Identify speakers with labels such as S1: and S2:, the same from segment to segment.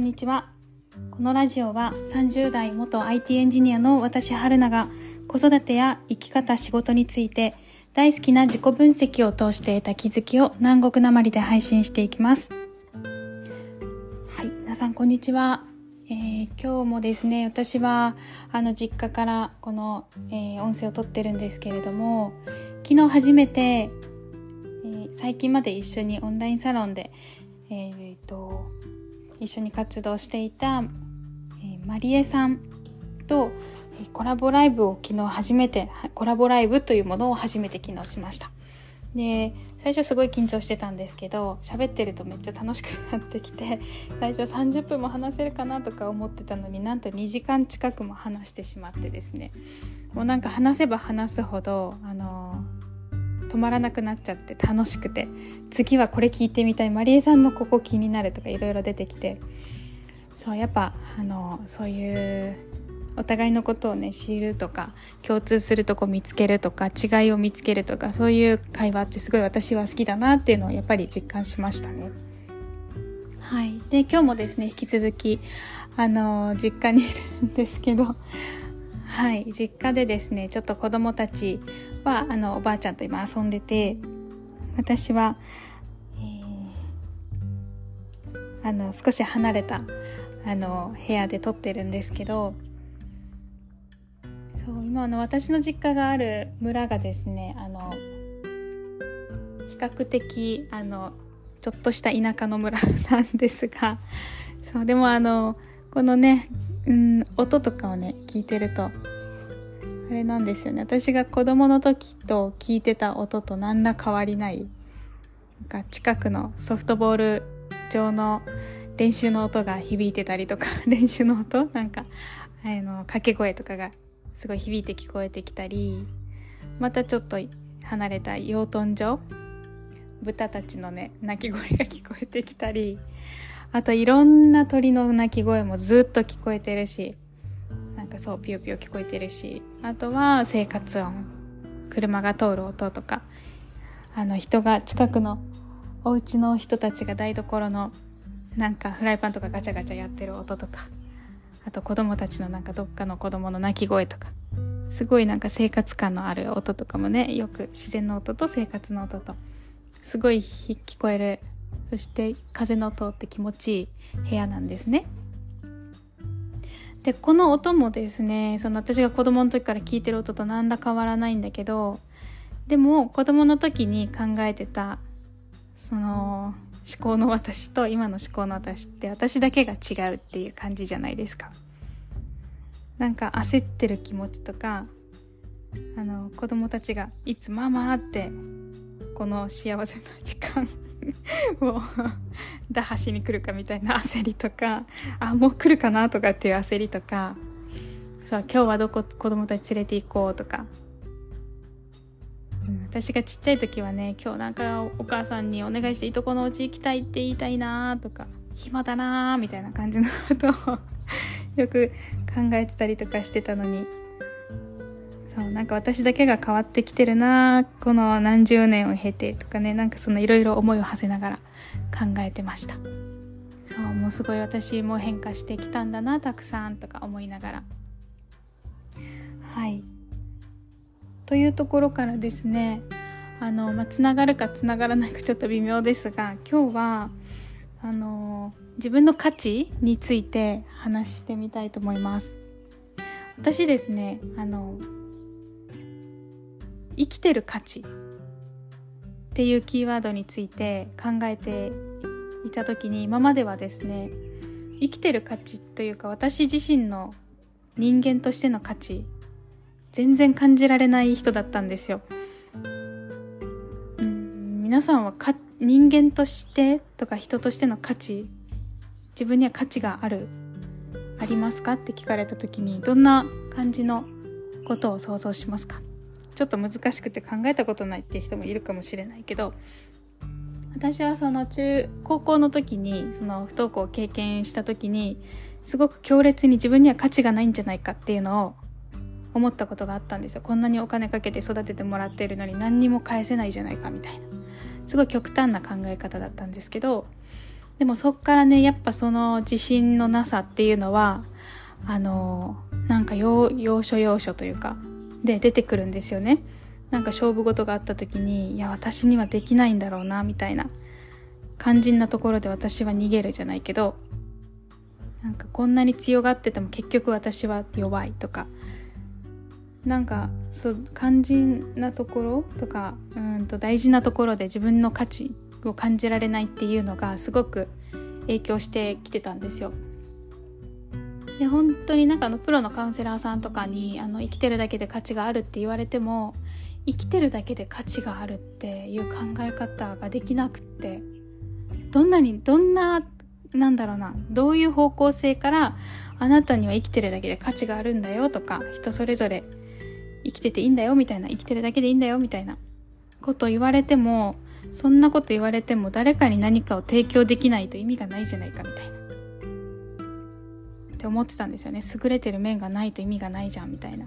S1: んにちは。このラジオは30代元 IT エンジニアの私春菜が子育てや生き方仕事について大好きな自己分析を通して得た気づきを南国なまりで配信していきます。はい、皆さんこんにちは。今日もですね、私は実家からこの、音声を撮ってるんですけれども、昨日初めて、最近まで一緒にオンラインサロンで、一緒に活動していた、マリエさんとコラボライブを昨日初めてコラボライブというものを初めて昨日しました。で、最初すごい緊張してたんですけど、喋ってるとめっちゃ楽しくなってきて、最初30分も話せるかなとか思ってたのに、なんと2時間近くも話してしまってですね、もうなんか話せば話すほど止まらなくなっちゃって楽しくて、次はこれ聞いてみたい、マリエさんのここ気になるとかいろいろ出てきて、そうやっぱそういうお互いのことをね知るとか、共通するとこ見つけるとか、違いを見つけるとか、そういう会話ってすごい私は好きだなっていうのをやっぱり実感しましたね。はい。で、今日もですね引き続き実家にいるんですけど、はい、実家でですねちょっと子供たちはおばあちゃんと今遊んでて、私は、少し離れた部屋で撮ってるんですけど、そう今私の実家がある村がですね比較的ちょっとした田舎の村なんですが、そうでもこのね、音とかをね聞いてるとあれなんですよね、私が子供の時と聞いてた音と何ら変わりない、なんか近くのソフトボール場の練習の音が響いてたりとか、練習の音なんか掛け声とかがすごい響いて聞こえてきたり、またちょっと離れた養豚場、豚たちのね鳴き声が聞こえてきたり、あといろんな鳥の鳴き声もずっと聞こえてるし、なんかそうピヨピヨ聞こえてるし、あとは生活音、車が通る音とか、人が近くのお家の人たちが台所のなんかフライパンとかガチャガチャやってる音とか、あと子供たちのなんかどっかの子供の鳴き声とか、すごいなんか生活感のある音とかもね、よく自然の音と生活の音とすごい聞こえる、そして風の通って気持ちいい部屋なんですね。でこの音もですね、私が子供の時から聞いてる音と何ら変わらないんだけど、でも子供の時に考えてた思考の私と今の思考の私って私だけが違うっていう感じじゃないですか。なんか焦ってる気持ちとか、子供たちがいつママってこの幸せな時間を打破しに来るかみたいな焦りとか、もう来るかなとかっていう焦りとか、そう今日はどこ子供たち連れて行こうとか、私がちっちゃい時はね、今日なんかお母さんにお願いしていとこのお家行きたいって言いたいなとか、暇だなみたいな感じのことをよく考えてたりとかしてたのに、そうなんか私だけが変わってきてるな、この何十年を経てとかね、なんかいろいろ思いを馳せながら考えてました。そうもうすごい私も変化してきたんだなたくさんとか思いながら、はいというところからですね、つながるかつながらないかちょっと微妙ですが、今日は自分の価値について話してみたいと思います。私ですね、生きてる価値っていうキーワードについて考えていた時に、今まではですね、生きてる価値というか私自身の人間としての価値全然感じられない人だったんですよ。皆さんは人間としてとか人としての価値、自分には価値がありますかって聞かれた時に、どんな感じのことを想像しますか？ちょっと難しくて考えたことないっていう人もいるかもしれないけど、私は高校の時に不登校を経験した時に、すごく強烈に自分には価値がないんじゃないかっていうのを思ったことがあったんですよ。こんなにお金かけて育ててもらっているのに何にも返せないじゃないかみたいな、すごい極端な考え方だったんですけど、 でもそっからね、やっぱその自信のなさっていうのはなんか要所というかで出てくるんですよね。なんか勝負事があった時に、いや私にはできないんだろうなみたいな、肝心なところで私は逃げるじゃないけど、なんかこんなに強がってても結局私は弱いとか、なんかそう肝心なところとか大事なところで自分の価値を感じられないっていうのがすごく影響してきてたんですよ。で本当になんかプロのカウンセラーさんとかに生きてるだけで価値があるって言われても、生きてるだけで価値があるっていう考え方ができなくって、どんななんだろうな、どういう方向性からあなたには生きてるだけで価値があるんだよとか、人それぞれ生きてていいんだよみたいな、生きてるだけでいいんだよみたいなことを言われても、そんなこと言われても誰かに何かを提供できないと意味がないじゃないかみたいなって思ってたんですよね。優れてる面がないと意味がないじゃんみたいな。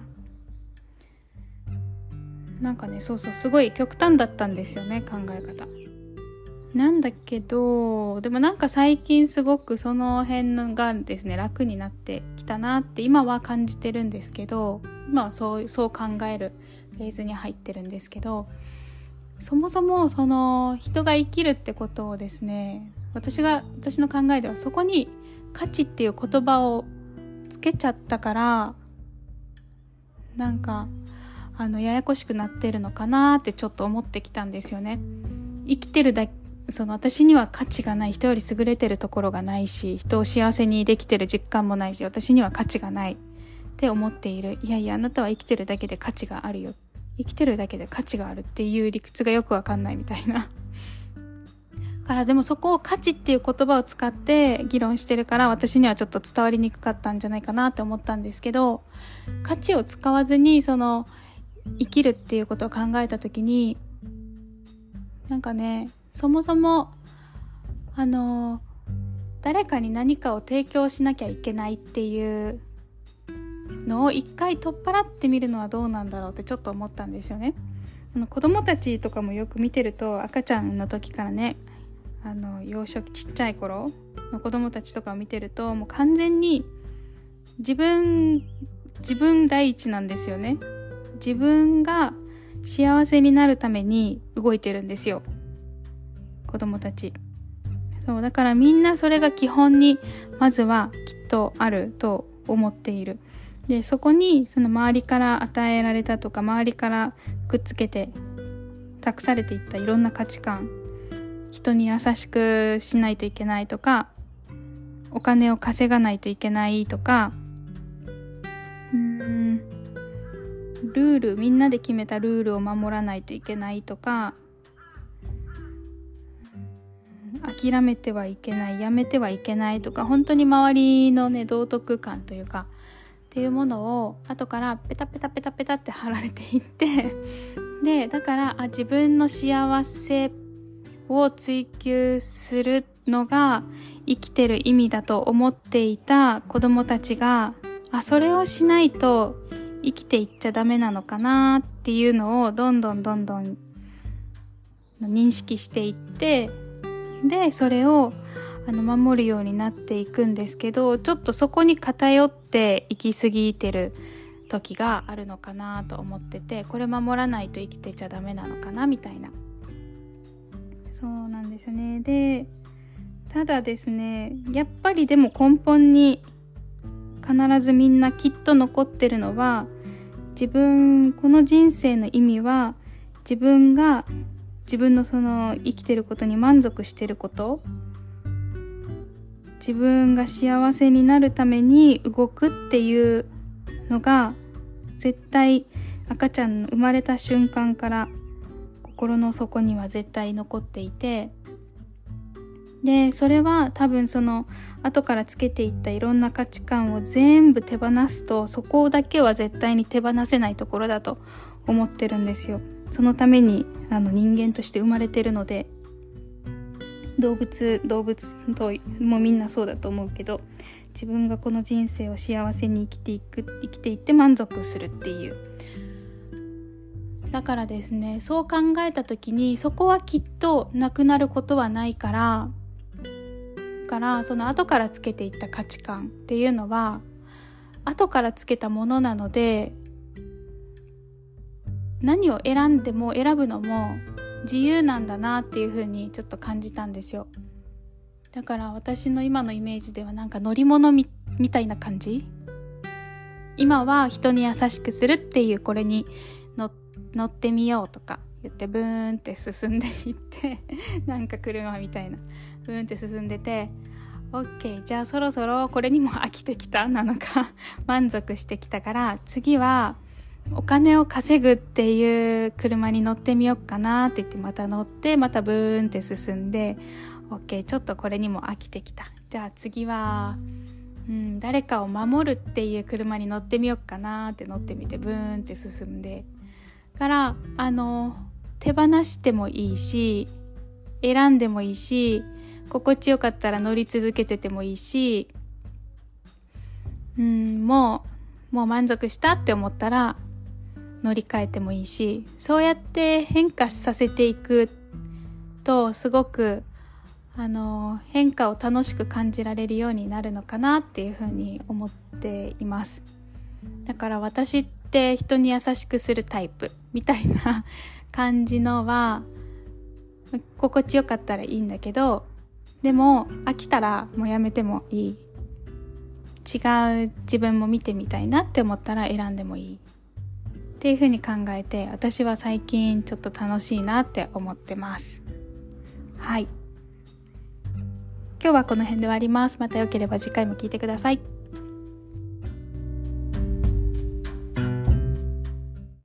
S1: なんかね、そうすごい極端だったんですよね、考え方なんだけど、でもなんか最近すごくその辺がですね、楽になってきたなって今は感じてるんですけど、今はそう考えるフェーズに入ってるんですけど、そもそもその人が生きるってことをですね、私の考えではそこに価値っていう言葉をつけちゃったから、なんかややこしくなってるのかなってちょっと思ってきたんですよね。生きてる私には価値がない、人より優れてるところがないし、人を幸せにできてる実感もないし、私には価値がないって思っている。いやいや、あなたは生きてるだけで価値があるよ、生きてるだけで価値があるっていう理屈がよくわかんないみたいなからでもそこを価値っていう言葉を使って議論してるから、私にはちょっと伝わりにくかったんじゃないかなって思ったんですけど、価値を使わずにその生きるっていうことを考えた時に、なんかね、そもそも誰かに何かを提供しなきゃいけないっていうのを一回取っ払ってみるのはどうなんだろうってちょっと思ったんですよね。子供たちとかもよく見てると、赤ちゃんの時からね、幼少期ちっちゃい頃の子供たちとかを見てると、もう完全に自分第一なんですよね。自分が幸せになるために動いてるんですよ、子供たち。そうだからみんなそれが基本にまずはきっとあると思っている。でそこにその周りから与えられたとか、周りからくっつけて託されていったいろんな価値観、人に優しくしないといけないとか、お金を稼がないといけないとか、ルール、みんなで決めたルールを守らないといけないとか、諦めてはいけない、やめてはいけないとか、本当に周りのね、道徳観というかっていうものを後からペタペタペタペタって貼られていってでだから自分の幸せを追求するのが生きてる意味だと思っていた子供たちが、それをしないと生きていっちゃダメなのかなっていうのをどんどん認識していって、でそれを守るようになっていくんですけど、ちょっとそこに偏って行き過ぎてる時があるのかなと思ってて、これ守らないと生きてちゃダメなのかなみたいな。そうなんですよね。でただですね、やっぱりでも根本に必ずみんなきっと残ってるのは、この人生の意味は自分のその生きてることに満足してること、自分が幸せになるために動くっていうのが絶対赤ちゃんの生まれた瞬間から心の底には絶対残っていて、でそれは多分その後からつけていったいろんな価値観を全部手放すと、そこだけは絶対に手放せないところだと思ってるんですよ。そのために人間として生まれてるので、動物ともみんなそうだと思うけど、自分がこの人生を幸せに生きていって満足するっていう。だからですね、そう考えた時にそこはきっとなくなることはないから、 からその後からつけていった価値観っていうのは後からつけたものなので、何を選ぶのも自由なんだなっていう風にちょっと感じたんですよ。だから私の今のイメージではなんか乗り物 みたいな感じ。今は人に優しくするっていう、これに乗ってみようとか言ってブーンって進んでいってなんか車みたいなブーンって進んでて、オッケー、じゃあそろそろこれにも飽きてきたなのか満足してきたから、次はお金を稼ぐっていう車に乗ってみようかなって言って、また乗ってまたブーンって進んで、オッケー、ちょっとこれにも飽きてきた、じゃあ次は誰かを守るっていう車に乗ってみようかなって乗ってみてブーンって進んでから手放してもいいし、選んでもいいし、心地よかったら乗り続けててもいいし、もう満足したって思ったら乗り換えてもいいし、そうやって変化させていくとすごく変化を楽しく感じられるようになるのかなっていうふうに思っています。だから私って人に優しくするタイプみたいな感じのは心地よかったらいいんだけど、でも飽きたらもうやめてもいい、違う自分も見てみたいなって思ったら選んでもいいっていうふうに考えて、私は最近ちょっと楽しいなって思ってます。はい、今日はこの辺で終わります。またよければ次回も聞いてください。